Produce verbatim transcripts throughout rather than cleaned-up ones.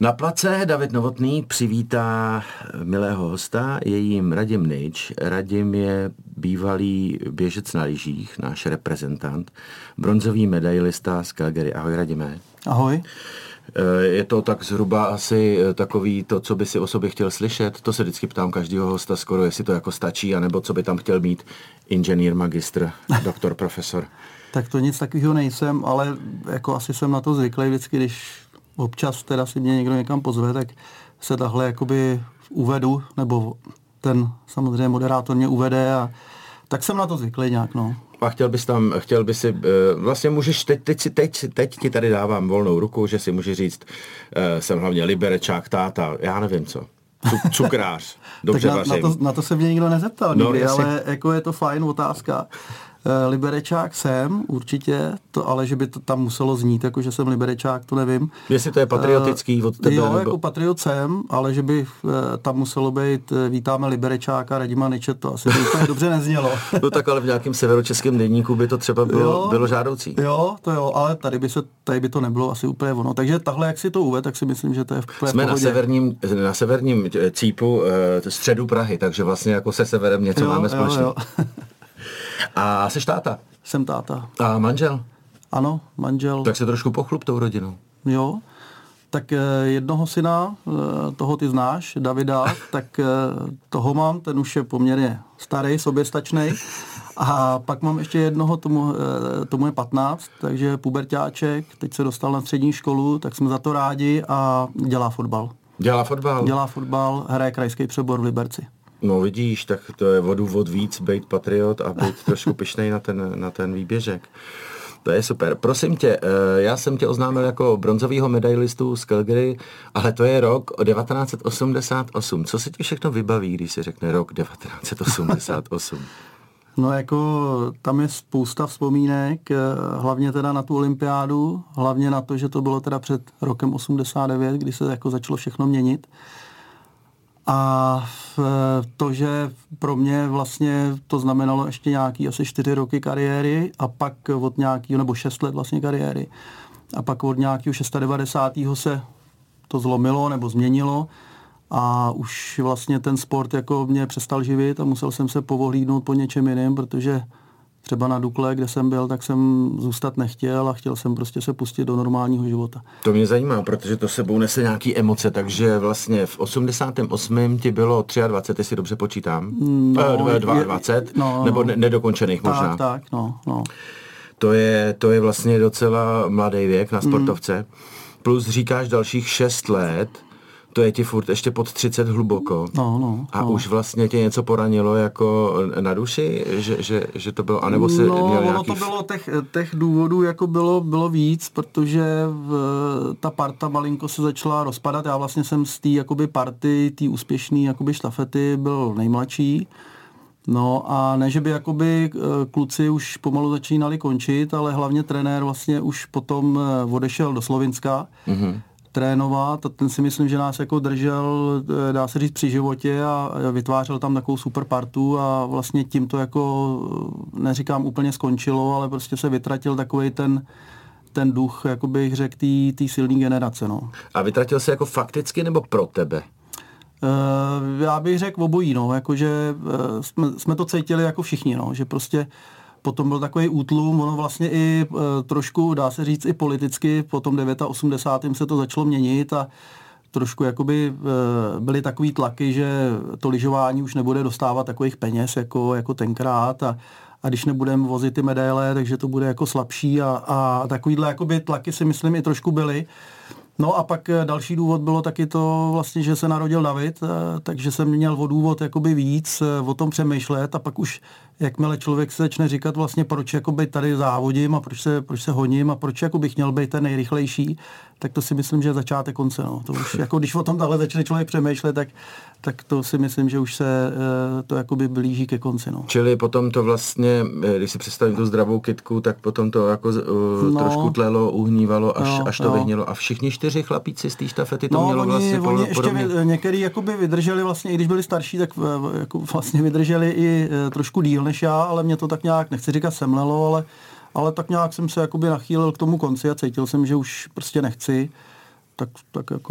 Na place David Novotný přivítá milého hosta, je jím Radim Nyč. Radim je bývalý běžec na lyžích, náš reprezentant, bronzový medailista z Calgary. Ahoj, Radime. Ahoj. Je to tak zhruba asi takový to, co by si o sobě chtěl slyšet? To se vždycky ptám každého hosta skoro, jestli to jako stačí, anebo co by tam chtěl mít inženýr, magistr, doktor, profesor. Tak to nic takového nejsem, ale jako asi jsem na to zvyklý vždycky, když občas teda si mě někdo někam pozve, tak se tahle jakoby uvedu, nebo ten samozřejmě moderátor mě uvede a tak jsem na to zvyklý nějak, no. A chtěl bys tam, chtěl bys si, vlastně můžeš, teď, teď, teď, teď ti tady dávám volnou ruku, že si můžeš říct, jsem hlavně liberečák, táta, já nevím co, cukrář, dobře tak na, vařím. Na to, na to se mě nikdo nezeptal no, nikdy, jasně. Ale jako je to fajn otázka. Liberečák jsem, určitě, to, ale že by to tam muselo znít, jako že jsem liberečák, to nevím. Jestli to je patriotický od tebe? Jo, nebo... jako patriot jsem, ale že by tam muselo být vítáme liberečáka Radima Nyče, to asi by dobře neznělo. No tak ale v nějakém severočeském denníku by to třeba bylo, jo, bylo žádoucí. Jo, to jo, ale tady by, se, tady by to nebylo asi úplně ono. Takže tahle, jak si to uved, tak si myslím, že to je v pohodě. Jsme na severním, na severním cípu středu Prahy, takže vlastně jako se severem něco jo, máme společně. Jo, jo. A jsi táta? Jsem táta. A manžel? Ano, manžel. Tak se trošku pochlup tou rodinou. Jo, tak jednoho syna, toho ty znáš, Davida, tak toho mám, ten už je poměrně starý, soběstačnej. A pak mám ještě jednoho, tomu, tomu je patnáct, takže puberťáček, teď se dostal na střední školu, tak jsme za to rádi a dělá fotbal. Dělá fotbal? Dělá fotbal, hraje krajský přebor v Liberci. No vidíš, tak to je vodu vod víc, být patriot a být trošku pyšnej na ten, na ten výběžek. To je super. Prosím tě, já jsem tě oznámil jako bronzovýho medailistu z Calgary, ale to je rok devatenáct set osmdesát osm. Co se ti všechno vybaví, když se řekne rok devatenáct set osmdesát osm? No jako tam je spousta vzpomínek, hlavně teda na tu olympiádu, hlavně na to, že to bylo teda před rokem osmdesát devět, kdy se jako začalo všechno měnit. A to, že pro mě vlastně to znamenalo ještě nějaký asi čtyři roky kariéry a pak od nějakého, nebo šest let vlastně kariéry. A pak od nějakého devadesátého šestého se to zlomilo nebo změnilo a už vlastně ten sport jako mě přestal živit a musel jsem se povohlídnout po něčem jiném, protože třeba na Dukle, kde jsem byl, tak jsem zůstat nechtěl a chtěl jsem prostě se pustit do normálního života. To mě zajímá, protože to sebou nese nějaký emoce, takže vlastně v osmdesátém osmém ti bylo dvacet tři, jestli dobře počítám, no, e, dvacet dva, no, nebo no. nedokončených možná. Tak, tak, no, no. To je, to je vlastně docela mladý věk na sportovce. Mm. Plus říkáš dalších šest let, to je ti furt ještě pod třicet hluboko. No, no, a no. už vlastně tě něco poranilo jako na duši, že, že, že to bylo, anebo si no, měl nějaký... No, to bylo, těch, těch důvodů jako bylo, bylo víc, protože v, ta parta malinko se začala rozpadat. Já vlastně jsem z té jakoby party, té úspěšné jakoby štafety byl nejmladší. No a ne, že by jakoby kluci už pomalu začínali končit, ale hlavně trenér vlastně už potom odešel do Slovinska. Mm-hmm. trénovat a ten si myslím, že nás jako držel, dá se říct, při životě a vytvářel tam takovou super partu a vlastně tím to jako, neříkám úplně skončilo, ale prostě se vytratil takovej ten, ten duch, jako bych řekl, té silné generace. No. A vytratil se jako fakticky nebo pro tebe? Uh, já bych řekl obojí, no, jakože uh, jsme, jsme to cítili jako všichni, no, že prostě potom byl takový útlum, ono vlastně i e, trošku, dá se říct, i politicky, po tom osmdesátém devátém se to začalo měnit a trošku jakoby e, byly takový tlaky, že to lyžování už nebude dostávat takových peněz jako, jako tenkrát a, a když nebudeme vozit ty medaile, takže to bude jako slabší a, a takovýhle jakoby tlaky si myslím i trošku byly. No a pak další důvod bylo taky to vlastně, že se narodil David, takže jsem měl o důvod jakoby víc o tom přemýšlet a pak už jakmile člověk se začne říkat vlastně proč jakoby tady závodím a proč se, proč se honím a proč jako bych měl být ten nejrychlejší, tak to si myslím, že je začátek konce. No. To už jako když o tom tahle začne člověk přemýšlet, tak, tak to si myslím, že už se to jakoby blíží ke konci. No. Čili potom to vlastně, když si představím tu zdravou kytku, tak potom to jako uh, no, trošku tlelo, uhnívalo, až, no, až to no. vyhnělo. A všichni čtyři chlapíci z té štafety to no, mělo oni, vlastně oni podobně. ještě vy, některý jakoby vydrželi vlastně, i když byli starší, tak jako vlastně vydrželi i trošku díl než já, ale mě to tak nějak, nechci říkat semlelo, ale, ale tak nějak jsem se jakoby nachýlil k tomu konci a cítil jsem, že už prostě nechci. Tak, tak jako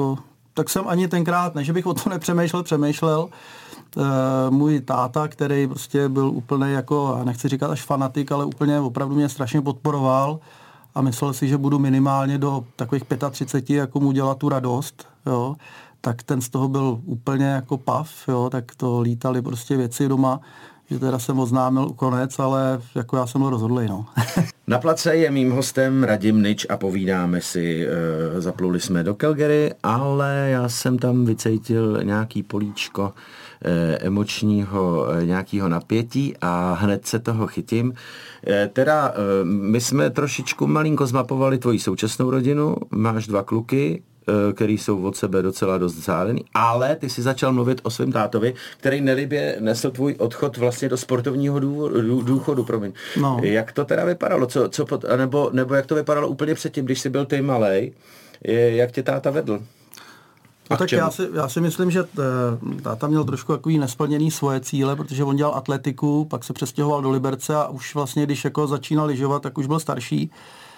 tak jsem ani tenkrát, ne, že bych o to nepřemýšlel, přemýšlel. E, můj táta, který prostě byl úplně jako, já nechci říkat až fanatik, ale úplně opravdu mě strašně podporoval a myslel si, že budu minimálně do takových třicet pět jako mu dělat tu radost, jo. Tak ten z toho byl úplně jako pav, jo, tak to lítali prostě věci doma, že teda jsem oznámil konec, ale jako já jsem byl rozhodlý, no. Na place je mým hostem Radim Nič a povídáme si, e, zapluli jsme do Calgary, ale já jsem tam vycítil nějaký políčko e, emočního e, nějakého napětí a hned se toho chytím. E, teda e, my jsme trošičku malinko zmapovali tvoji současnou rodinu, máš dva kluky, který jsou od sebe docela dost vzdálený, ale ty si začal mluvit o svém tátovi, který nelibě nesl tvůj odchod vlastně do sportovního důvodu, důchodu, promiň. No. Jak to teda vypadalo? Co, co pod, nebo, nebo jak to vypadalo úplně předtím, když jsi byl ty malej? Jak tě táta vedl? No tak já si, já si myslím, že táta měl trošku takový nesplněný svoje cíle, protože on dělal atletiku, pak se přestěhoval do Liberce a už vlastně, když jako začínal lyžovat, tak už byl starší.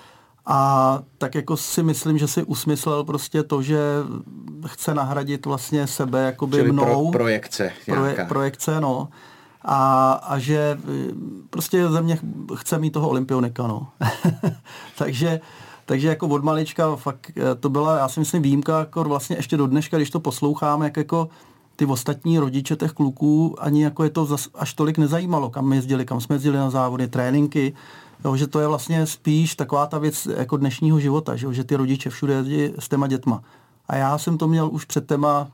A tak jako si myslím, že si usmyslel prostě to, že chce nahradit vlastně sebe jakoby Čili mnou. Pro, projekce nějaká. Proje, projekce, no. A, a že prostě ze mě chce mít toho olympionika, no. takže, takže jako od malička fakt to byla, já si myslím, výjimka, jako vlastně ještě do dneška, když to poslouchám, jak jako ty ostatní rodiče těch kluků, ani jako je to zas, až tolik nezajímalo, kam jezdili, kam jsme jezdili na závody, tréninky. Jo, že to je vlastně spíš taková ta věc jako dnešního života, že, že ty rodiče všude jezdí s těma dětma. A já jsem to měl už před téma,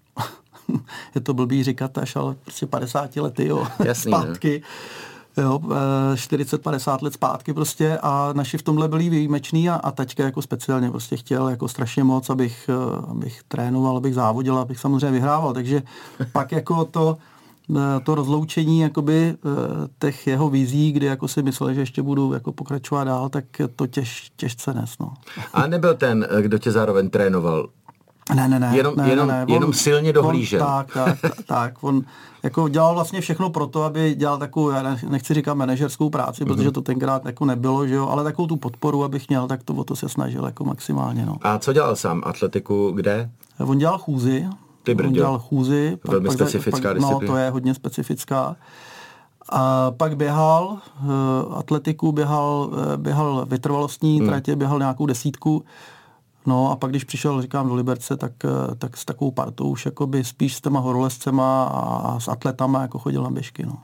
je to blbý říkat až, ale prostě padesáti lety, jo, Jasný, zpátky. Jo, čtyřicet padesát let zpátky prostě a naši v tomhle byli výjimeční a, a teďka jako speciálně prostě chtěl jako strašně moc, abych, abych trénoval, abych závodil, abych samozřejmě vyhrával, takže pak jako to to rozloučení jakoby těch jeho vizí, kdy jako si myslel, že ještě budu jako pokračovat dál, tak to těž, těžce nes, no. A nebyl ten, kdo tě zároveň trénoval? Ne, ne, ne. Jenom, ne, jenom, ne, ne. On, jenom silně dohlížel. On, tak, tak, tak, tak. On jako dělal vlastně všechno pro to, aby dělal takovou, já nechci říkat manažerskou práci, mm-hmm. protože to tenkrát jako nebylo, že jo, ale takovou tu podporu, abych měl, tak to o to se snažil jako maximálně, no. A co dělal sám? Atletiku kde? On dělal chůzi. On dělal chůzi. Velmi pak, specifická pak, disciplína. No, to je hodně specifická. A pak běhal uh, atletiku, běhal, uh, běhal vytrvalostní hmm. tratě, běhal nějakou desítku. No a pak, když přišel, říkám, do Liberce, tak, uh, tak s takovou partou už jakoby spíš s těma horolezcema a s atletama jako chodil na běžky, no.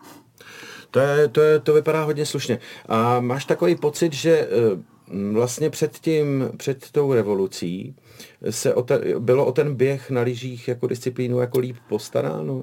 To, je, to, je, to vypadá hodně slušně. A máš takový pocit, že uh, vlastně před tím, před tou revolucí se o ten, bylo o ten běh na lyžích jako disciplínu jako líp postaráno?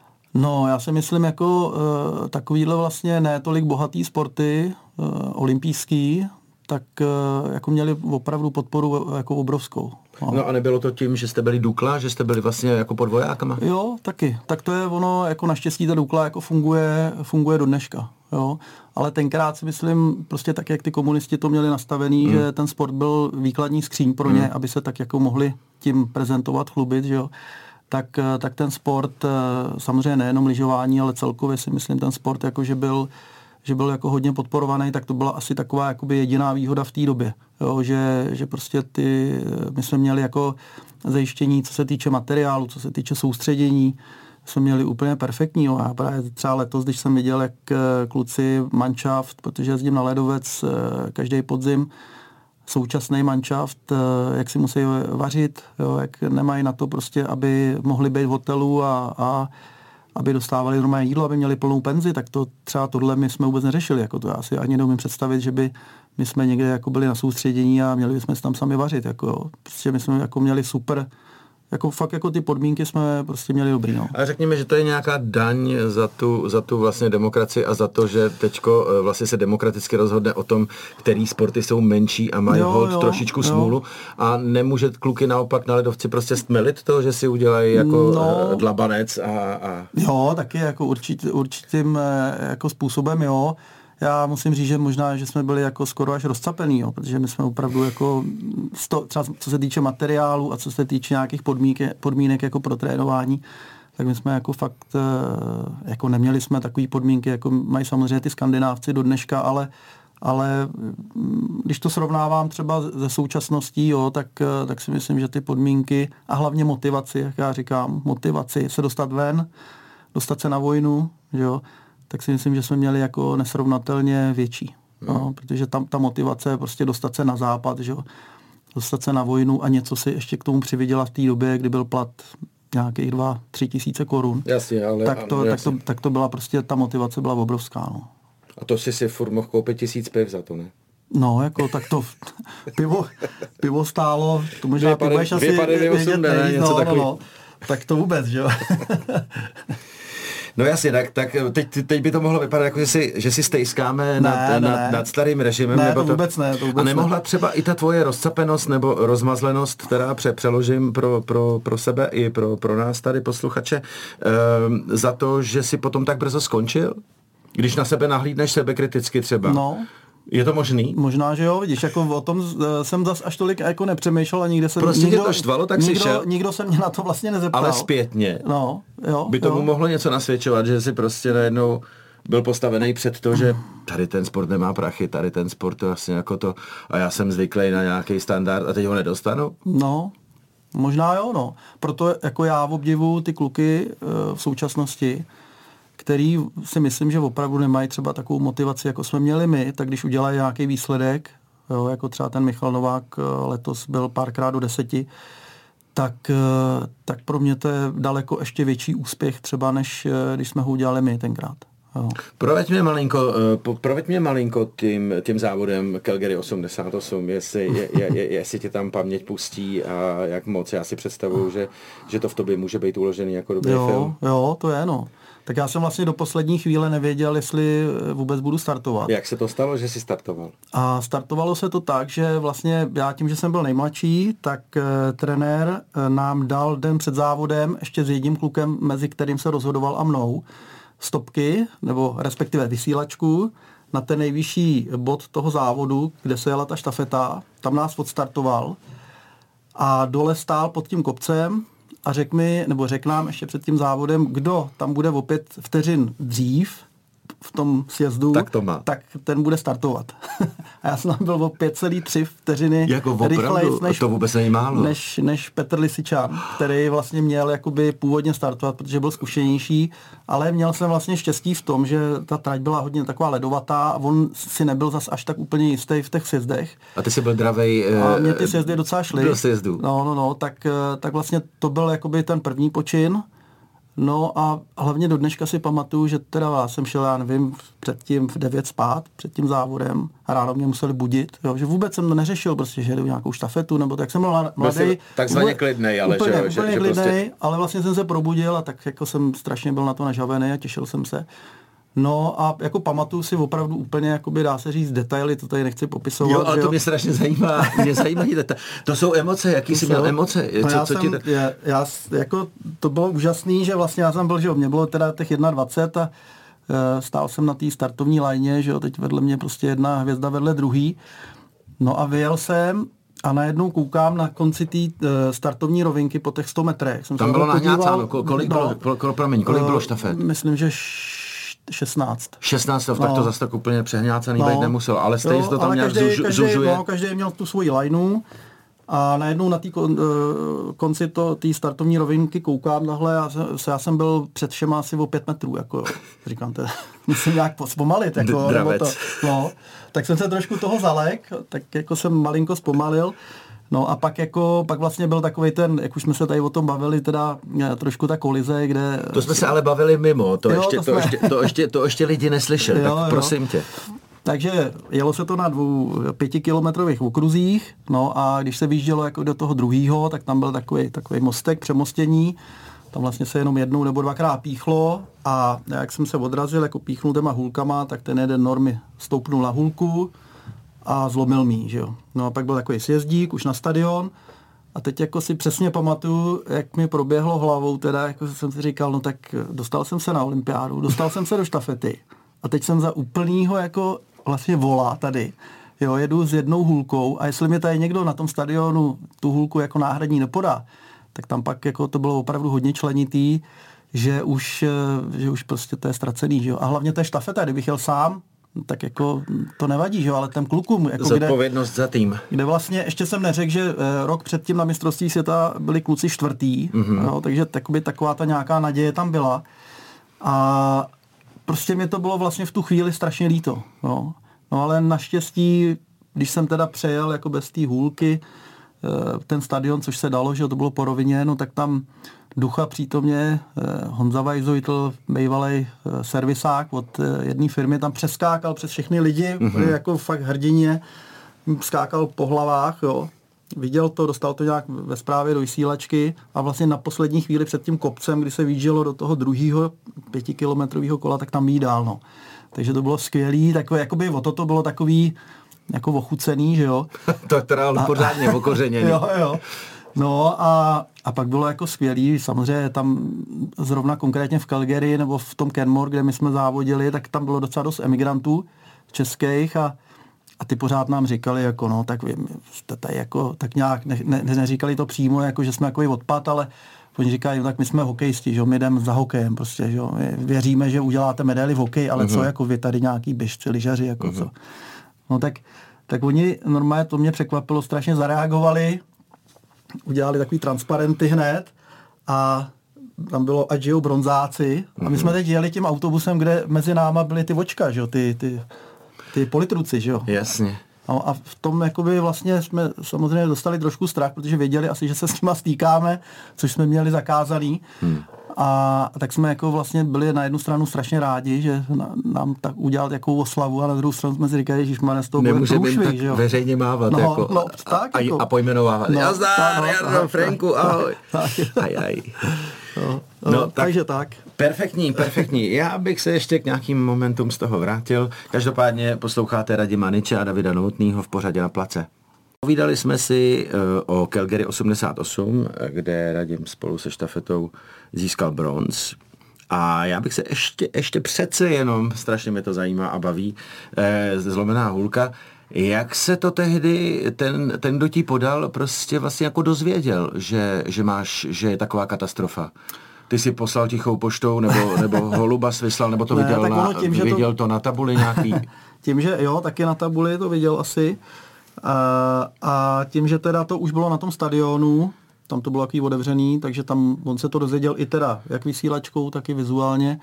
No, já si myslím, jako uh, takovýhle vlastně ne tolik bohatý sporty, uh, olympijský, tak uh, jako měli opravdu podporu jako obrovskou. No. no a nebylo to tím, že jste byli Dukla, že jste byli vlastně jako pod vojákama? Jo, taky. Tak to je ono, jako naštěstí ta Dukla jako funguje, funguje do dneška. Jo. Ale tenkrát si myslím, prostě tak, jak ty komunisti to měli nastavený, hmm. že ten sport byl výkladní skříň pro ně, hmm. aby se tak jako mohli tím prezentovat, chlubit, že jo. Tak, tak ten sport, samozřejmě nejenom lyžování, ale celkově si myslím, ten sport jako, že byl, že byl jako hodně podporovaný, tak to byla asi taková jakoby jediná výhoda v té době. Jo, že, že prostě ty, my jsme měli jako zajištění, co se týče materiálu, co se týče soustředění, jsme měli úplně perfektní. Jo. Já právě třeba letos, když jsem viděl, jak kluci manšaft, protože jezdím na ledovec každý podzim, současný manšaft, jak si musí vařit, jo, jak nemají na to prostě, aby mohli být v hotelu a, a aby dostávali normální jídlo, aby měli plnou penzi, tak to třeba tohle my jsme vůbec neřešili. Jako to já si ani neumím představit, že by my jsme někde jako byli na soustředění a měli bychom se tam sami vařit. Jako, jo. Prostě my jsme jako měli super, jako fakt jako ty podmínky jsme prostě měli dobrý. No. A řekněme, že to je nějaká daň za tu, za tu vlastně demokracii a za to, že teďko vlastně se demokraticky rozhodne o tom, který sporty jsou menší a mají hod trošičku jo. smůlu a nemůže kluky naopak na ledovci prostě stmelit to, že si udělají jako no, dlabanec a, a... Jo, taky jako určitě, určitým jako způsobem, jo. Já musím říct, že možná, že jsme byli jako skoro až rozcapený, jo, protože my jsme opravdu jako, sto, třeba co se týče materiálu a co se týče nějakých podmínek, podmínek jako pro trénování, tak my jsme jako fakt, jako neměli jsme takové podmínky, jako mají samozřejmě ty Skandinávci do dneška, ale, ale když to srovnávám třeba ze současností, jo, tak, tak si myslím, že ty podmínky a hlavně motivaci, jak já říkám, motivaci se dostat ven, dostat se na vojnu, jo, tak si myslím, že jsme měli jako nesrovnatelně větší. No, no, protože tam ta motivace je prostě dostat se na západ, že jo, dostat se na vojnu a něco si ještě k tomu přivydělat v té době, kdy byl plat nějakých dva, tři tisíce korun. Jasně, ale... Tak to, ano, tak, to, tak to byla prostě, ta motivace byla obrovská, no. A to si si furt mohl koupit tisíc piv za to, ne? No, jako tak to pivo, pivo stálo, to možná ty budeš asi vědět, ne, něco no, takový. no, no, tak to vůbec, že jo. No jasně, tak, tak teď, teď by to mohlo vypadat jako, že si, že si stejskáme ne, nad, ne, nad, ne. nad starým režimem. Ne, nebo to vůbec ne, to vůbec a nemohla ne. třeba i ta tvoje rozcapenost nebo rozmazlenost, která pře, přeložím pro, pro, pro sebe i pro, pro nás tady posluchače, um, za to, že si potom tak brzo skončil? Když na sebe nahlídneš sebekriticky třeba. No. Je to možný? Možná, že jo, vidíš, jako o tom jsem zas až tolik jako nepřemýšlel a nikde jsem... Prostě nikdo, tě to štvalo, tak nikdo, si šel. Nikdo se mě na to vlastně nezeptal. Ale zpětně. No, jo. By tomu jo. mohlo něco nasvědčovat, že si prostě najednou byl postavený před to, že tady ten sport nemá prachy, tady ten sport to vlastně jako to a já jsem zvyklý na nějaký standard a teď ho nedostanu? No, možná jo, no. Proto jako já obdivuju ty kluky v současnosti, který si myslím, že opravdu nemají třeba takovou motivaci, jako jsme měli my, tak když udělají nějaký výsledek, jo, jako třeba ten Michal Novák letos byl párkrát do deseti, tak, tak pro mě to je daleko ještě větší úspěch třeba, než když jsme ho udělali my tenkrát. Jo. Proveď mě malinko, proveď mě malinko tím, tím závodem Calgary osmdesát osm, jestli, je, je, je, jestli tě tam paměť pustí a jak moc. Já si představuju, že, že to v tobě může být uložený jako dobrý jo, film. Jo, to je, no. Tak já jsem vlastně do poslední chvíle nevěděl, jestli vůbec budu startovat. Jak se to stalo, že jsi startoval? A startovalo se to tak, že vlastně já tím, že jsem byl nejmladší, tak uh, trenér uh, nám dal den před závodem ještě s jedním klukem, mezi kterým se rozhodoval a mnou, stopky, nebo respektive vysílačku na ten nejvyšší bod toho závodu, kde se jela ta štafeta. Tam nás odstartoval a dole stál pod tím kopcem a řekl mi, nebo řekl nám ještě před tím závodem, kdo tam bude o pět vteřin dřív v tom sjezdu, tak, to má. tak ten bude startovat. A já jsem tam byl o pět celá tři vteřiny jako rychlejc, než, to vůbec není málo. Než, než Petr Lisičan, který vlastně měl jakoby původně startovat, protože byl zkušenější, ale měl jsem vlastně štěstí v tom, že ta trať byla hodně taková ledovatá a on si nebyl zas až tak úplně jistý v těch sjezdech. A ty jsi byl dravej. A mě ty sjezdy docela šly. Do sjezdu. No, no, no, tak, tak vlastně to byl jakoby ten první počin. No a hlavně do dneška si pamatuju, že teda já jsem šel, já nevím, předtím v devět spát, před tím závodem a ráno mě museli budit, jo, že vůbec jsem to neřešil, prostě, že jdu nějakou štafetu, nebo tak jsem byl mladý. Takzvaně klidnej, ale úplně, že, úplně že, klidnej, že prostě... ale vlastně jsem se probudil a tak jako jsem strašně byl na to nažavený a těšil jsem se. No a jako pamatuju si opravdu úplně, jakoby dá se říct detaily, to tady nechci popisovat. Jo, ale to jo. mě strašně zajímá, mě zajímají detaily. To jsou emoce, jaký jsi měl emoce? No co, já co jsem, ti... já, já, jako, to bylo úžasný, že vlastně já jsem byl, že jo, mě bylo teda těch dvacet jedna a uh, stál jsem na té startovní lajně, že jo, teď vedle mě prostě jedna hvězda vedle druhý. No a vyjel jsem a najednou koukám na konci té uh, startovní rovinky po těch sto metrech. Jsem Tam bylo nahňácáno, kolik, no, bylo, kolik, promiň, kolik uh, bylo štafet? Myslím, že šestnáct. šestnáct, no. Tak to zase tak úplně přehňácaný no. být nemusel, ale stejně to tam ale nějak každý, zužuje. Každý, no, každý měl tu svoji lajnu a najednou na té kon, konci té startovní rovinky koukám tahle a se, já jsem byl před všema asi o pět metrů, jako jo. Říkám, to musím nějak zpomalit, jako, nebo to, no. Tak jsem se trošku toho zalek, tak jako jsem malinko zpomalil. No a pak jako, pak vlastně byl takovej ten, jak už jsme se tady o tom bavili, teda trošku ta kolize, kde... To jsme se ale bavili mimo, to, jo, ještě, to, to, ještě, to, ještě, to ještě lidi neslyšeli, jo, tak prosím jo. tě. Takže jelo se to na dvou pětikilometrových okruzích, no a když se vyjíždělo jako do toho druhýho, tak tam byl takový, takový mostek, přemostění, tam vlastně se jenom jednou nebo dvakrát píchlo a jak jsem se odrazil jako píchnul těma hůlkama, tak ten jeden normy stoupnul na hůlku a zlomil mý, že jo. No a pak byl takový sjezdík už na stadion a teď jako si přesně pamatuju, jak mi proběhlo hlavou, teda jako jsem si říkal, no tak dostal jsem se na olympiádu, dostal jsem se do štafety a teď jsem za úplnýho jako vlastně volá tady, jo, jedu s jednou hůlkou a jestli mi tady někdo na tom stadionu tu hůlku jako náhradní nepodá, tak tam pak jako to bylo opravdu hodně členitý, že už, že už prostě to je ztracený, že jo. A hlavně to je štafeta, kdybych jel sám, tak jako to nevadí, že jo, ale těm klukům. Jako zodpovědnost kde, za tým. Kde vlastně, ještě jsem neřekl, že rok předtím na mistrovství světa byli kluci čtvrtý, mm-hmm. jo, takže takoby, taková ta nějaká naděje tam byla. A prostě mi to bylo vlastně v tu chvíli strašně líto. Jo. No ale naštěstí, když jsem teda přejel jako bez té hůlky ten stadion, což se dalo, že to bylo po rovině, no tak tam ducha přítomně Honza Vajzojtl, bývalej servisák od jedné firmy, tam přeskákal přes všechny lidi, mm-hmm. jako fakt hrdině, skákal po hlavách, jo. Viděl to, dostal to nějak ve zprávě do vysílačky a vlastně na poslední chvíli před tím kopcem, kdy se výjíždělo do toho druhého pětikilometrového kola, tak tam jídál, no. Takže to bylo skvělý, takové, jakoby o toto bylo takový jako ochucený, že jo. To je teda ale pořádně okořeněný. Jo, jo. No a, a pak bylo jako skvělý, samozřejmě tam zrovna konkrétně v Calgary nebo v tom Canmore, kde my jsme závodili, tak tam bylo docela dost emigrantů českých a, a ty pořád nám říkali, jako no, tak vy jste tady jako, tak nějak, ne, ne, neříkali to přímo, jako že jsme takový odpad, ale oni říkají, no, tak my jsme hokejisti, že jo, my jdeme za hokejem prostě, že jo, věříme, že uděláte medaily v hokeji, ale uh-huh. co, jako vy tady nějaký běžci, lyžaři, jako uh-huh. co. No tak, tak oni normálně, to mě překvapilo, strašně zareagovali, udělali takový transparenty hned a tam bylo ať žijou bronzáci a my jsme teď jeli tím autobusem, kde mezi náma byly ty vočka, že jo, ty, ty, ty politruci, že jo. Jasně. No a v tom jakoby vlastně jsme samozřejmě dostali trošku strach, protože věděli asi, že se s nima stýkáme, což jsme měli zakázaný. Hmm. A tak jsme jako vlastně byli na jednu stranu strašně rádi, že nám tak udělal takovou oslavu a na druhou stranu jsme si říkali, ježišmarja, z toho bude průšvih, že jo. Veřejně mávat no, jako, no, tak, a, jako. a pojmenovávat. No, Nazdar, no, Jarno, Franku, ahoj. Aj, aj. No, no, no, tak, takže tak. Perfektní, perfektní. Já bych se ještě k nějakým momentům z toho vrátil. Každopádně posloucháte Radima Niče a Davida Novotnýho v pořadě Na place. Povídali jsme si uh, o Calgary osmdesát osm, kde Radim spolu se štafetou získal bronz. A já bych se ještě, ještě přece jenom, strašně mě to zajímá a baví, eh, zlomená hůlka, jak se to tehdy, ten, ten kdo ti podal, prostě vlastně jako dozvěděl, že, že máš, že je taková katastrofa? Ty si poslal tichou poštou, nebo, nebo holuba vyslal, nebo to ne, viděl, na, tím, viděl to... to na tabuli nějaký? Tím, že jo, taky na tabuli to viděl asi. A, a tím, že teda to už bylo na tom stadionu, tam to bylo takový otevřený, takže tam on se to dozvěděl i teda jak vysílačkou, tak i vizuálně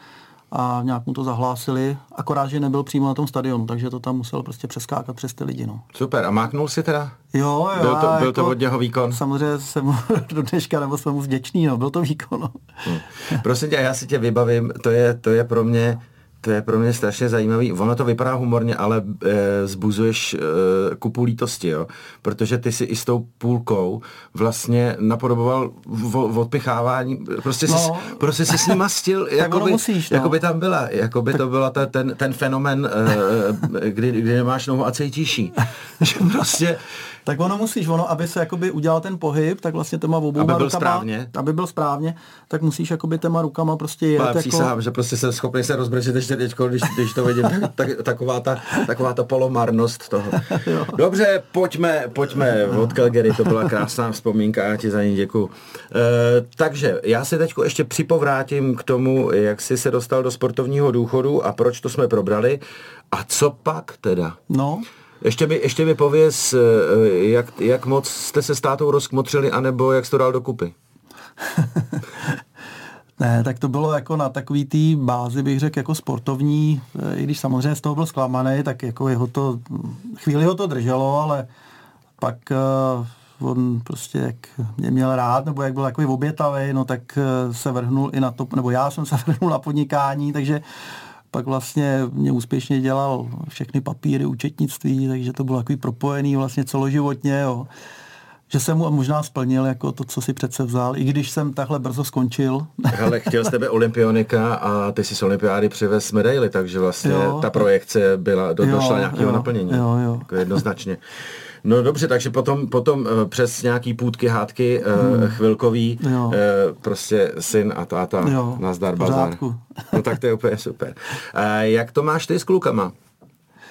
a nějak mu to zahlásili, akorát, že nebyl přímo na tom stadionu, takže to tam musel prostě přeskákat přes ty lidi, no. Super, a máknul si teda? Jo, jo. Byl to, byl jako, to od něho výkon? Samozřejmě jsem mu do dneška, nebo jsem mu vděčný, no, byl to výkon, no. Hmm. Prosím tě, já si tě vybavím, to je, to je pro mě... To je pro mě strašně zajímavý. Ono to vypadá humorně, ale e, zbuzuješ e, kupu lítosti, jo? Protože ty si i s tou půlkou vlastně napodoboval v, odpichávání. Prostě jsi, no, prostě jsi s ním mastil, jakoby, musíš, no. Jakoby tam byla. Jakoby tak... to byla ta, ten, ten fenomen, e, kdy, kdy nemáš nohu a cítíš jí. Že prostě... Tak ono musíš, ono, aby se jakoby udělal ten pohyb, tak vlastně těma obouma aby byl rukama, správně. aby byl správně, tak musíš jakoby těma rukama prostě jet. Ale přísahám, jako... že prostě jsem schopný se rozbrečet ještě teďko, když, když to vidím, tak, tak, taková, ta, taková ta polomarnost toho. Dobře, pojďme, pojďme od Calgary, to byla krásná vzpomínka, já ti za ní děkuju. E, takže já se teďko ještě připovrátím k tomu, jak jsi se dostal do sportovního důchodu a proč to jsme probrali. A co pak teda? No... Ještě mi, ještě mi pověz, jak, jak moc jste se s tátou rozkmotřili, anebo jak jsi to dal dokupy? Ne, tak to bylo jako na takový té bázi, bych řekl, jako sportovní, i když samozřejmě z toho byl zklamaný, tak jako jeho to, chvíli ho to drželo, ale pak uh, on prostě, jak mě měl rád, nebo jak byl takový obětavý, no tak uh, se vrhnul i na to, nebo já jsem se vrhnul na podnikání, takže pak vlastně mě úspěšně dělal všechny papíry, účetnictví, takže to bylo takový propojený vlastně celoživotně, jo. Že jsem mu možná splnil jako to, co si přece vzal, i když jsem takhle brzo skončil. Ale chtěl z tebe olympionika a ty si z olympiády přivez medaily, takže vlastně jo, ta projekce byla, do, došla nějakého naplnění. Jo, jo. Jako jednoznačně. No dobře, takže potom, potom přes nějaký půtky, hádky, hmm. chvilkový, jo. prostě syn a táta, jo, nazdar bazar. No tak to je úplně super. Jak to máš ty s klukama?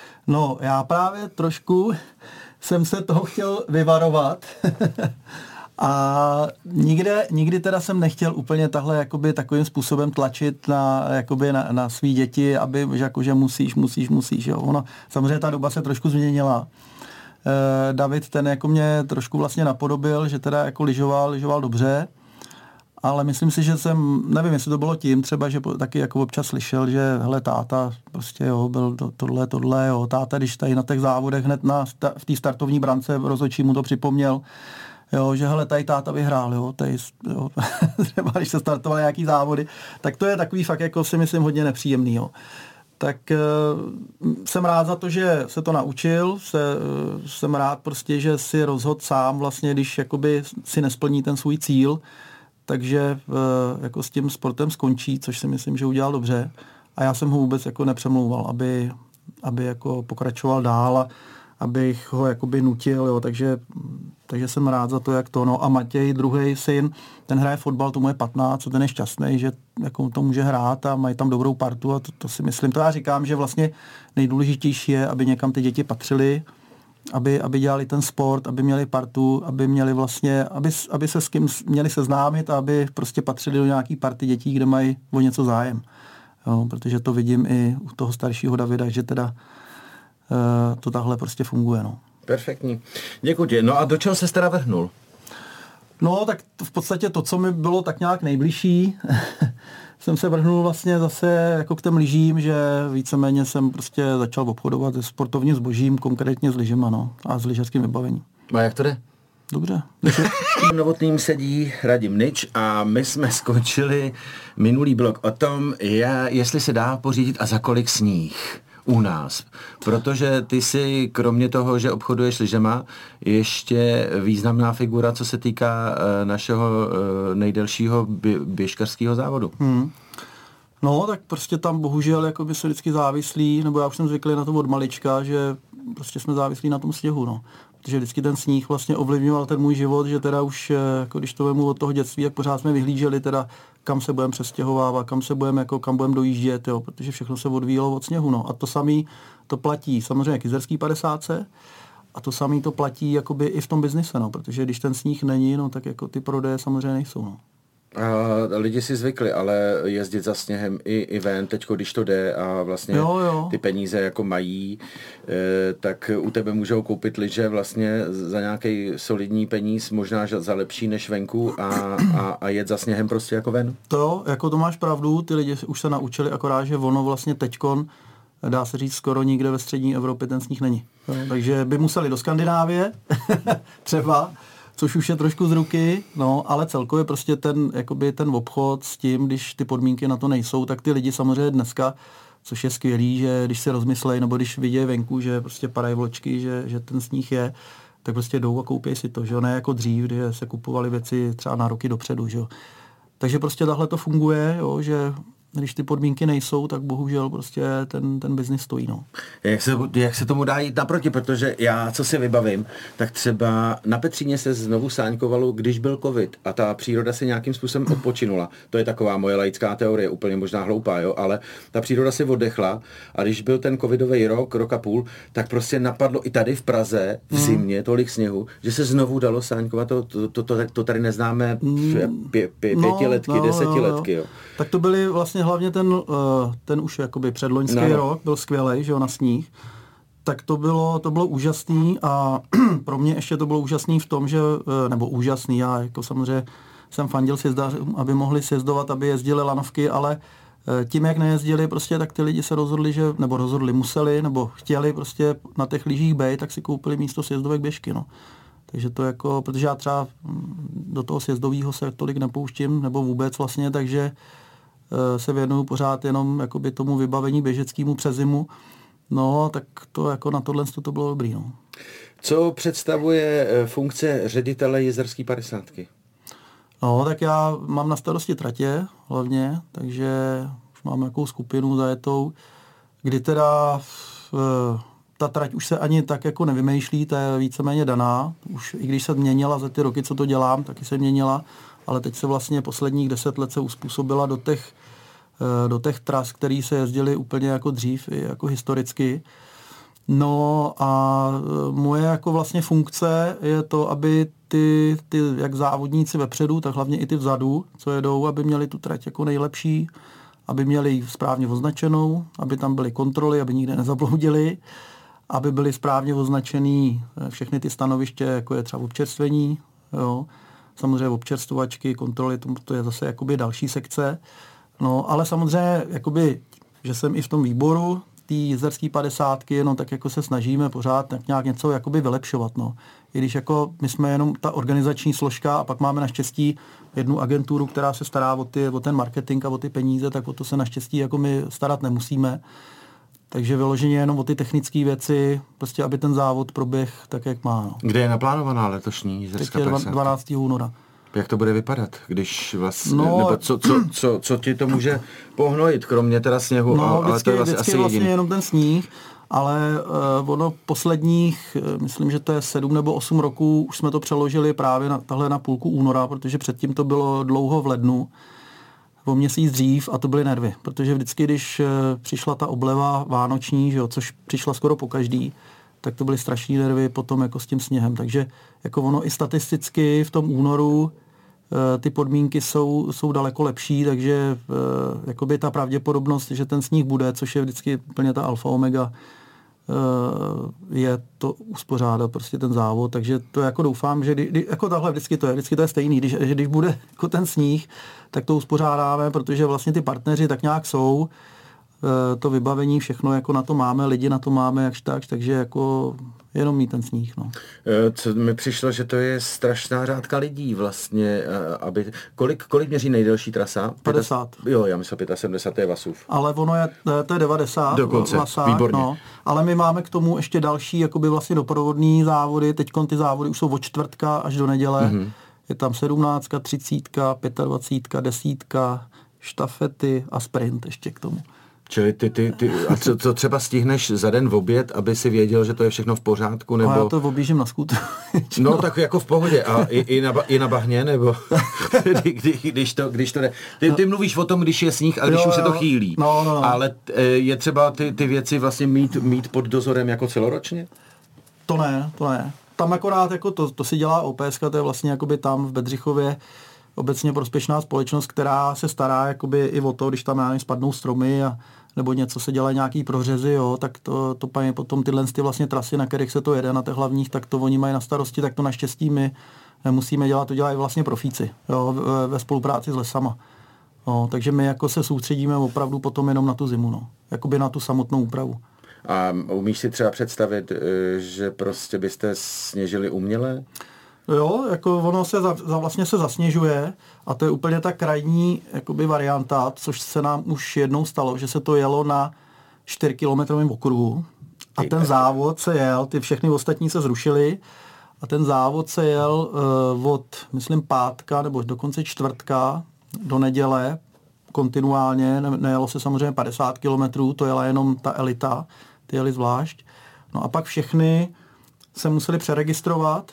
No já právě trošku jsem se toho chtěl vyvarovat A nikde, nikdy teda jsem nechtěl úplně tahle jakoby takovým způsobem tlačit na, jakoby na, na svý děti, aby že, jako, že musíš, musíš, musíš. Jo. Ono, samozřejmě ta doba se trošku změnila. E, David ten jako mě trošku vlastně napodobil, že teda jako lyžoval, lyžoval dobře, ale myslím si, že jsem, nevím, jestli to bylo tím třeba, že taky jako občas slyšel, že hele táta, prostě jo, byl to, tohle, tohle, jo, táta, když tady na těch závodech hned na, v té startovní brance rozhodčí mu to připomněl, jo, že hele, tady táta vyhrál, jo, tady, jo, třeba když se startovaly nějaký závody, tak to je takový fakt, jako si myslím, hodně nepříjemný, jo. Tak e, jsem rád za to, že se to naučil, se, e, jsem rád prostě, že si rozhodl sám vlastně, když jakoby si nesplní ten svůj cíl, takže e, jako s tím sportem skončí, což si myslím, že udělal dobře. A já jsem ho vůbec jako nepřemlouval, aby, aby jako pokračoval dál a abych ho jakoby nutil, jo, takže, takže jsem rád za to, jak to. No a Matěj, druhý syn, ten hraje fotbal, tomu je patnáct, ten je šťastný, že jako to může hrát a mají tam dobrou partu a to, to si myslím. To já říkám, že vlastně nejdůležitější je, aby někam ty děti patřily, aby, aby dělali ten sport, aby měli partu, aby měli vlastně, aby, aby se s kým měli seznámit a aby prostě patřili do nějaký party dětí, kde mají o něco zájem. Jo, protože to vidím i u toho staršího Davida, že teda uh, to takhle prostě funguje. No. Perfektní. Děkuji ti. No a do čeho ses teda vrhnul? No, tak v podstatě to, co mi bylo tak nějak nejbližší, jsem se vrhnul vlastně zase jako k těm lyžím, že víceméně jsem prostě začal obchodovat se sportovním zbožím, konkrétně s lyžema, no, a s lyžařským vybavením. A jak to jde? Dobře. Novotným sedí Radim Nič a my jsme skončili minulý blok o tom, jestli se dá pořídit a za kolik sníh u nás. Protože ty jsi, kromě toho, že obchoduješ lyžema, ještě významná figura, co se týká uh, našeho uh, nejdelšího bě- běžkařského závodu. Hmm. No, tak prostě tam bohužel jako by se vždycky závislí, nebo já už jsem zvyklý na to od malička, že prostě jsme závislí na tom sněhu, no. Protože vždycky ten sníh vlastně ovlivňoval ten můj život, že teda už, jako když to vemu od toho dětství, jak pořád jsme vyhlíželi teda, kam se budeme přestěhovávat, kam se budeme, jako kam budeme dojíždět, jo, protože všechno se odvíjelo od sněhu, no. A to samý to platí samozřejmě k jizerský padesátce a to samý to platí jakoby i v tom biznise, no, protože když ten sníh není, no, tak jako ty prodeje samozřejmě nejsou, no. A lidi si zvykli, ale jezdit za sněhem i, i ven, teďko, když to jde a vlastně jo, jo. ty peníze jako mají, e, tak u tebe můžou koupit lyže vlastně za nějaký solidní peníz, možná za lepší než venku a, a, a jet za sněhem prostě jako ven. To, jako to máš pravdu, ty lidi už se naučili, akorát, že ono vlastně teďkon, dá se říct, skoro nikde ve střední Evropě ten sníh není. No, takže by museli do Skandinávie, třeba, což už je trošku z ruky, no, ale celkově prostě ten, jakoby ten obchod s tím, když ty podmínky na to nejsou, tak ty lidi samozřejmě dneska, což je skvělý, že když se rozmyslejí, nebo když vidějí venku, že prostě padají vločky, že, že ten sníh je, tak prostě jdou a koupí si to, že ne jako dřív, kdy se kupovaly věci třeba na roky dopředu, že jo. Takže prostě tahle to funguje, jo, že když ty podmínky nejsou, tak bohužel prostě ten, ten biznis stojí, no. Jak se, jak se tomu dá jít naproti, protože já, co si vybavím, tak třeba na Petříně se znovu sáňkovalo, když byl covid a ta příroda se nějakým způsobem odpočinula. To je taková moje laická teorie, úplně možná hloupá, jo, ale ta příroda si oddechla a když byl ten covidový rok, rok a půl, tak prostě napadlo i tady v Praze v zimě tolik sněhu, že se znovu dalo sáňkovat, to, to, to, to, to tady neznáme pě, pě, no, pětiletky, no, desetiletky, jo. Tak to byly vlastně hlavně ten, ten už jakoby předloňský no. rok byl skvělej, že jo, na sníh. Tak to bylo, to bylo úžasný a pro mě ještě to bylo úžasný v tom, že, nebo úžasný, já jako samozřejmě jsem fandil sjezdařům, aby mohli sjezdovat, aby jezdili lanovky, ale tím, jak nejezdili, prostě, tak ty lidi se rozhodli, že, nebo rozhodli, museli, nebo chtěli prostě na těch lyžích bejt, tak si koupili místo sjezdovek běžky, no. Takže to jako, protože já třeba do toho sjezdového se tolik nepouštím, nebo vůbec vlastně, takže se věnuju pořád jenom jakoby tomu vybavení běžeckému přes zimu. No, tak to jako na tohle to bylo dobrý, no. Co představuje funkce ředitele jizerský padesátky? No, tak já mám na starosti tratě hlavně, takže už mám nějakou skupinu zajetou, kdy teda ta trať už se ani tak jako nevymýšlí, ta je víceméně daná. Už i když se měnila za ty roky, co to dělám, taky se měnila, ale teď se vlastně posledních deset let se uspůsobila do těch, do těch tras, které se jezdily úplně jako dřív, jako historicky. No a moje jako vlastně funkce je to, aby ty, ty jak závodníci vepředu, tak hlavně i ty vzadu, co jedou, aby měli tu trať jako nejlepší, aby měli ji správně označenou, aby tam byly kontroly, aby nikde nezabloudili, aby byly správně označený všechny ty stanoviště, jako je třeba občerstvení, jo. Samozřejmě občerstvovačky, kontroly, to, to je zase jakoby další sekce. No, ale samozřejmě, jakoby, že jsem i v tom výboru té jezerské padesátky, no, tak jako se snažíme pořád tak nějak něco jakoby vylepšovat. No. I když jako my jsme jenom ta organizační složka a pak máme naštěstí jednu agenturu, která se stará o, ty, o ten marketing a o ty peníze, tak o to se naštěstí jako my starat nemusíme. Takže vyloženě jenom o ty technické věci, prostě aby ten závod proběh tak, jak má. No. Kde je naplánovaná letošní jezerská padesátka? dvanáctého února. Jak to bude vypadat, když vlastně, no, nebo co, co, co, co ti to může pohnojit, kromě teda sněhu, no, ale vždycky, to je vlastně vždycky asi vlastně jediný. jenom ten sníh, ale uh, ono posledních, uh, myslím, že to je sedm nebo osm roků, už jsme to přeložili právě na, tahle na půlku února, protože předtím to bylo dlouho v lednu, o měsíc dřív a to byly nervy, protože vždycky, když uh, přišla ta obleva vánoční, že jo, což přišla skoro po každý, tak to byly strašné nervy potom jako s tím sněhem. Takže jako ono i statisticky v tom únoru e, ty podmínky jsou, jsou daleko lepší, takže e, jakoby ta pravděpodobnost, že ten sníh bude, což je vždycky úplně ta alfa omega, e, je to uspořádat prostě ten závod. Takže to jako doufám, že kdy, jako tahle vždycky to je, vždycky to je stejný. Když, že když bude jako ten sníh, tak to uspořádáme, protože vlastně ty partneři tak nějak jsou, to vybavení, všechno jako na to máme, lidi na to máme jakž tak, takže jako jenom mít ten sníh. No. Co mi přišlo, že to je strašná řádka lidí vlastně, aby, kolik, kolik měří nejdelší trasa? padesát. Jo, já myslím sedmdesát pět, to je Vasův. Ale ono je, to je devadesát. Dokonce, Vlasák, výborně. No. Ale my máme k tomu ještě další jakoby vlastně doprovodný závody, teďkon ty závody už jsou od čtvrtka až do neděle. Mm-hmm. Je tam sedmnáctka, třicítka, pětadvacítka, desítka, štafety a sprint ještě k tomu. Čili ty, ty, ty a co, co třeba stihneš za den v oběd, aby si věděl, že to je všechno v pořádku, nebo... A já to objíždím na skútru. No tak jako v pohodě. A i, i, na, i na bahně, nebo kdy, kdy, když to, když to jde. Ty, ty mluvíš o tom, když je sníh a když jo, už se to chýlí. No, no, no. Ale je třeba ty, ty věci vlastně mít, mít pod dozorem jako celoročně? To ne, to ne. Tam akorát jako to, to si dělá O P S ka, to je vlastně jakoby tam v Bedřichově obecně prospěšná společnost, která se stará jakoby i o to, když tam já nevím, spadnou stromy a nebo něco se dělá nějaký prořezy, jo, tak to, to paní potom tyhle ty vlastně trasy, na kterých se to jede, na těch hlavních, tak to oni mají na starosti, tak to naštěstí my nemusíme dělat, to dělají vlastně profíci, jo, ve, ve spolupráci s lesama. No, takže my jako se soustředíme opravdu potom jenom na tu zimu, no, jakoby na tu samotnou úpravu. A umíš si třeba představit, že prostě byste sněžili uměle? Jo, jako ono se za, za vlastně se zasněžuje a to je úplně ta krajní jakoby varianta, což se nám už jednou stalo, že se to jelo na čtyřkilometrovém okruhu a ten závod se jel, ty všechny ostatní se zrušily a ten závod se jel uh, od, myslím, pátka nebo dokonce čtvrtka do neděle kontinuálně, ne, nejelo se samozřejmě padesát kilometrů, to jela jenom ta elita, ty jeli zvlášť. No a pak všechny se museli přeregistrovat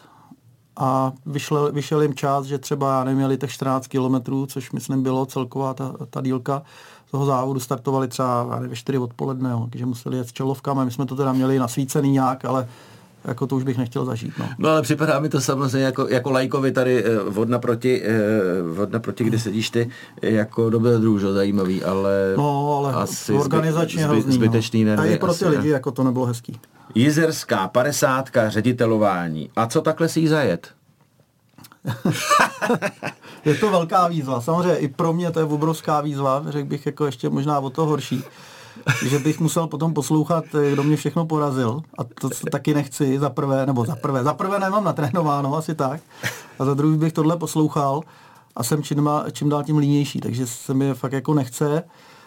a vyšel, vyšel jim čas, že třeba, já nevím, měli tak čtrnáct kilometrů, což myslím bylo celková ta, ta dílka toho závodu, startovali třeba, já nevím, ve čtyři odpoledne, jo, takže museli jet s čelovkami, my jsme to teda měli nasvícený nějak, ale jako to už bych nechtěl zažít. No, no ale připadá mi to samozřejmě jako, jako lajkovi tady od naproti, od naproti, kde sedíš ty, jako dobrodruh, zajímavý, ale, no, ale asi organizačně zby, hrozný, zbytečný no. nervy. A i pro ty asi, lidi, jako to nebylo hezký. Jizerská padesátka, ředitelování. A co takhle si jí zajet? Je to velká výzva. Samozřejmě i pro mě to je obrovská výzva. Řekl bych jako ještě možná o to horší. Že bych musel potom poslouchat, kdo mě všechno porazil. A to taky nechci za prvé, nebo za prvé. Za prvé nemám natrénováno, asi tak. A za druhý bych tohle poslouchal a jsem čím, čím dál tím línější. Takže se mi fakt jako nechce.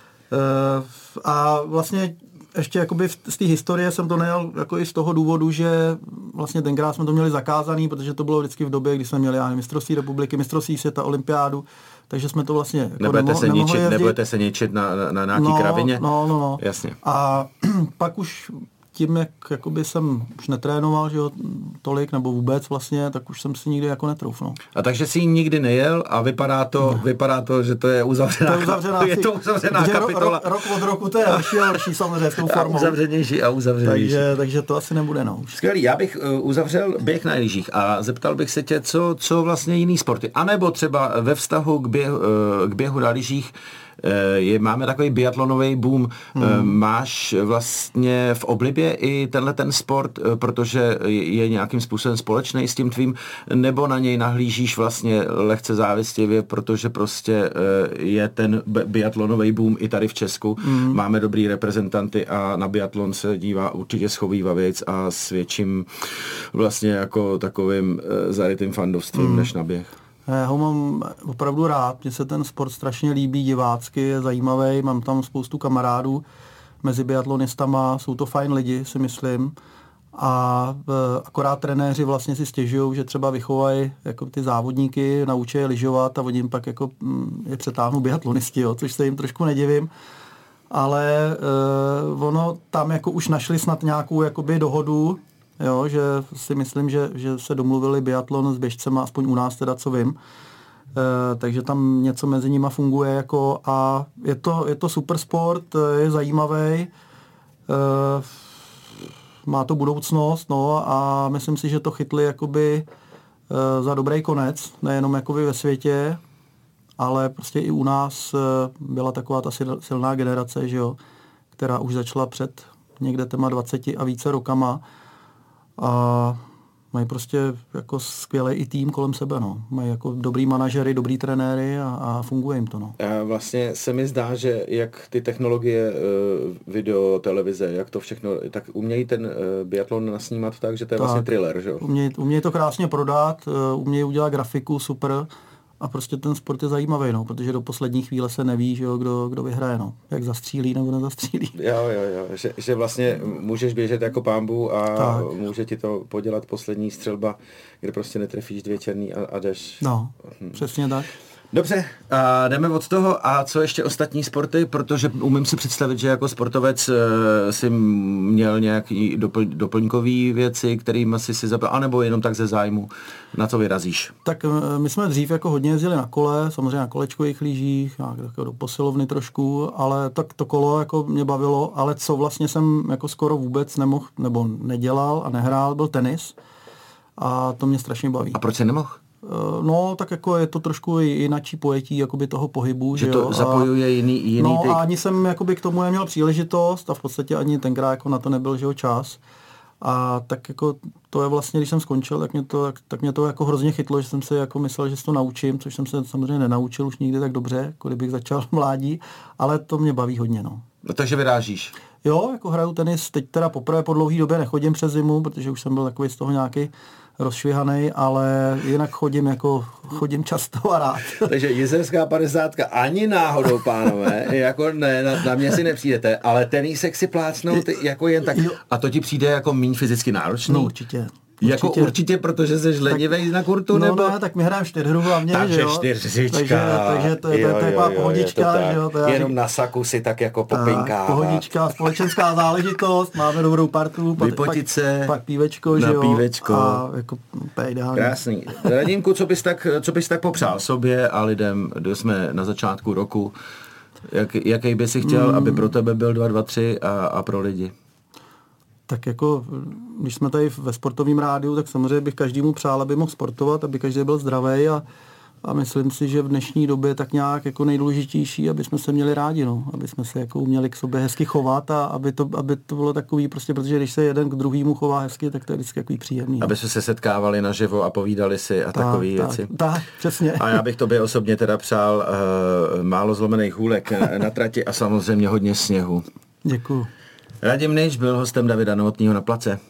A vlastně ještě jakoby z té historie jsem to nejel jako i z toho důvodu, že vlastně tenkrát jsme to měli zakázaný, protože to bylo vždycky v době, kdy jsme měli já nevím, mistrovství republiky, mistrovství světa, olympiádu, takže jsme to vlastně jako nebudete, nemoh, se nemohli ničit, jezdit. nebudete se ničit na, na, na nějaký no, kravině? No, no, no. Jasně. A pak už tím, jak jakoby jsem už netrénoval, že jo, tolik nebo vůbec vlastně, tak už jsem si nikdy jako netroufnul. A takže si nikdy nejel a vypadá to, no. vypadá to, že to je uzavřená, to je uzavřená, je to uzavřená kapitola. Rok, rok od roku to je horší a horší samozřejmě s tou formou. A uzavřenější a uzavřenější. Takže, takže to asi nebude, no. Skvělý, já bych uh, uzavřel běh na lyžích a zeptal bych se tě, co, co vlastně jiný sporty, anebo třeba ve vztahu k běhu, uh, k běhu na lyžích, Je, máme takový biatlonový boom. Hmm. Máš vlastně v oblibě i tenhle ten sport, protože je nějakým způsobem společný s tím tvým, nebo na něj nahlížíš vlastně lehce závistivě, protože prostě je ten biatlonový boom i tady v Česku. Hmm. Máme dobrý reprezentanty a na biatlon se dívá určitě schovývavějc a s větším vlastně jako takovým zarytým fandovstvím hmm. než na běh. Já ho mám opravdu rád, mně se ten sport strašně líbí, divácky, je zajímavý, mám tam spoustu kamarádů mezi biatlonistama, jsou to fajn lidi, si myslím. A akorát trenéři vlastně si stěžují, že třeba vychovají jako ty závodníky, naučí je lyžovat a oni jim pak jako je přetáhnou biatlonisti, jo, což se jim trošku nedivím. Ale uh, ono tam jako už našli snad nějakou jakoby dohodu, jo, že si myslím, že, že se domluvili biatlon s běžcema, aspoň u nás teda, co vím. E, takže tam něco mezi nima funguje jako a je to, je to super sport, je zajímavý, e, má to budoucnost, no a myslím si, že to chytli jakoby e, za dobrý konec, nejenom jakoby ve světě, ale prostě i u nás e, byla taková ta silná generace, že jo, která už začala před někde těma dvaceti a více rokama. A mají prostě jako skvělý i tým kolem sebe, no. Mají jako dobrý manažery, dobrý trenéry a, a funguje jim to, no. A vlastně se mi zdá, že jak ty technologie, video, televize, jak to všechno, tak umějí ten biatlon nasnímat tak, že to je tak, vlastně thriller, že jo? Umějí, umějí to krásně prodat, umějí udělat grafiku, super. A prostě ten sport je zajímavý, no, protože do poslední chvíle se neví, že jo, kdo, kdo vyhraje, no. Jak zastřílí nebo nezastřílí. Jo, jo, jo, že, že vlastně můžeš běžet jako pambu a tak. Může ti to podělat poslední střelba, kde prostě netrefíš dvě černý a, a jdeš. No, hm. přesně tak. Dobře, a jdeme od toho. A co ještě ostatní sporty? Protože umím si představit, že jako sportovec e, si měl nějaký dopl, doplňkový věci, kterým asi si zapal, anebo jenom tak ze zájmu. Na co vyrazíš? Tak my jsme dřív jako hodně jezdili na kole, samozřejmě na kolečkových lyžích, jako do posilovny trošku, ale tak to kolo jako mě bavilo, ale co vlastně jsem jako skoro vůbec nemohl, nebo nedělal a nehrál, byl tenis. A to mě strašně baví. A proč jsi nemohl? No, tak jako je to trošku jináčí pojetí jakoby toho pohybu. Že, že to jo? zapojuje jiný, jiný No ty... a ani jsem jakoby k tomu neměl příležitost a v podstatě ani tenkrát jako na to nebyl, že jo, čas. A tak jako to je vlastně, když jsem skončil, tak mě to, tak, tak mě to jako hrozně chytlo, že jsem si jako myslel, že se to naučím, což jsem se samozřejmě nenaučil už nikdy tak dobře, jako kdybych začal mládí, ale to mě baví hodně, no. No takže vyrážíš? Jo, jako hraju tenis, teď teda poprvé po dlouhý době nechodím přes zimu, protože už jsem byl takový z toho nějaký rozšvihanej, ale jinak chodím jako chodím často a rád. Takže Jizerská padesátka ani náhodou, pánové, jako ne, na, na mě si nepřijdete, ale tenísek si plácnout jako jen tak. A to ti přijde jako méně fyzicky náročný? No určitě. Určitě. Jako určitě, protože jsi lenivej na kurtu, no, nebo? Ne, tak my hrajeme čtyřhru hlavně, takže že jo? čtyřička. Takže, takže to, je, to, to je taková pohodička, je že jo? To jenom na saku si tak jako popinkávat. Pohodička, společenská záležitost, máme dobrou partu. Vypotit se. Pak pívečko, že jo? Na pívečko. A jako ideální. Krásný. Radimku, co bys tak, co bys tak popřál sobě a lidem, kdo jsme na začátku roku, jak, jaký by si chtěl, mm. aby pro tebe byl dva dva tři a, a pro lidi? Tak jako, když jsme tady ve sportovním rádiu, tak samozřejmě bych každému přál, aby mohl sportovat, aby každý byl zdravý a, a myslím si, že v dnešní době tak nějak jako nejdůležitější, aby jsme se měli rádi, no, aby jsme se jako uměli k sobě hezky chovat a aby to, aby to bylo takový prostě, protože když se jeden k druhému chová hezky, tak to je vždycky takový příjemný. Aby se setkávali naživo a povídali si a takové věci. Tak, přesně. A já bych tobě osobně teda přál uh, málo zlomených hůlek na trati a samozřejmě hodně sněhu. Děkuju. Radim Nyč byl hostem Davida Novotného na place.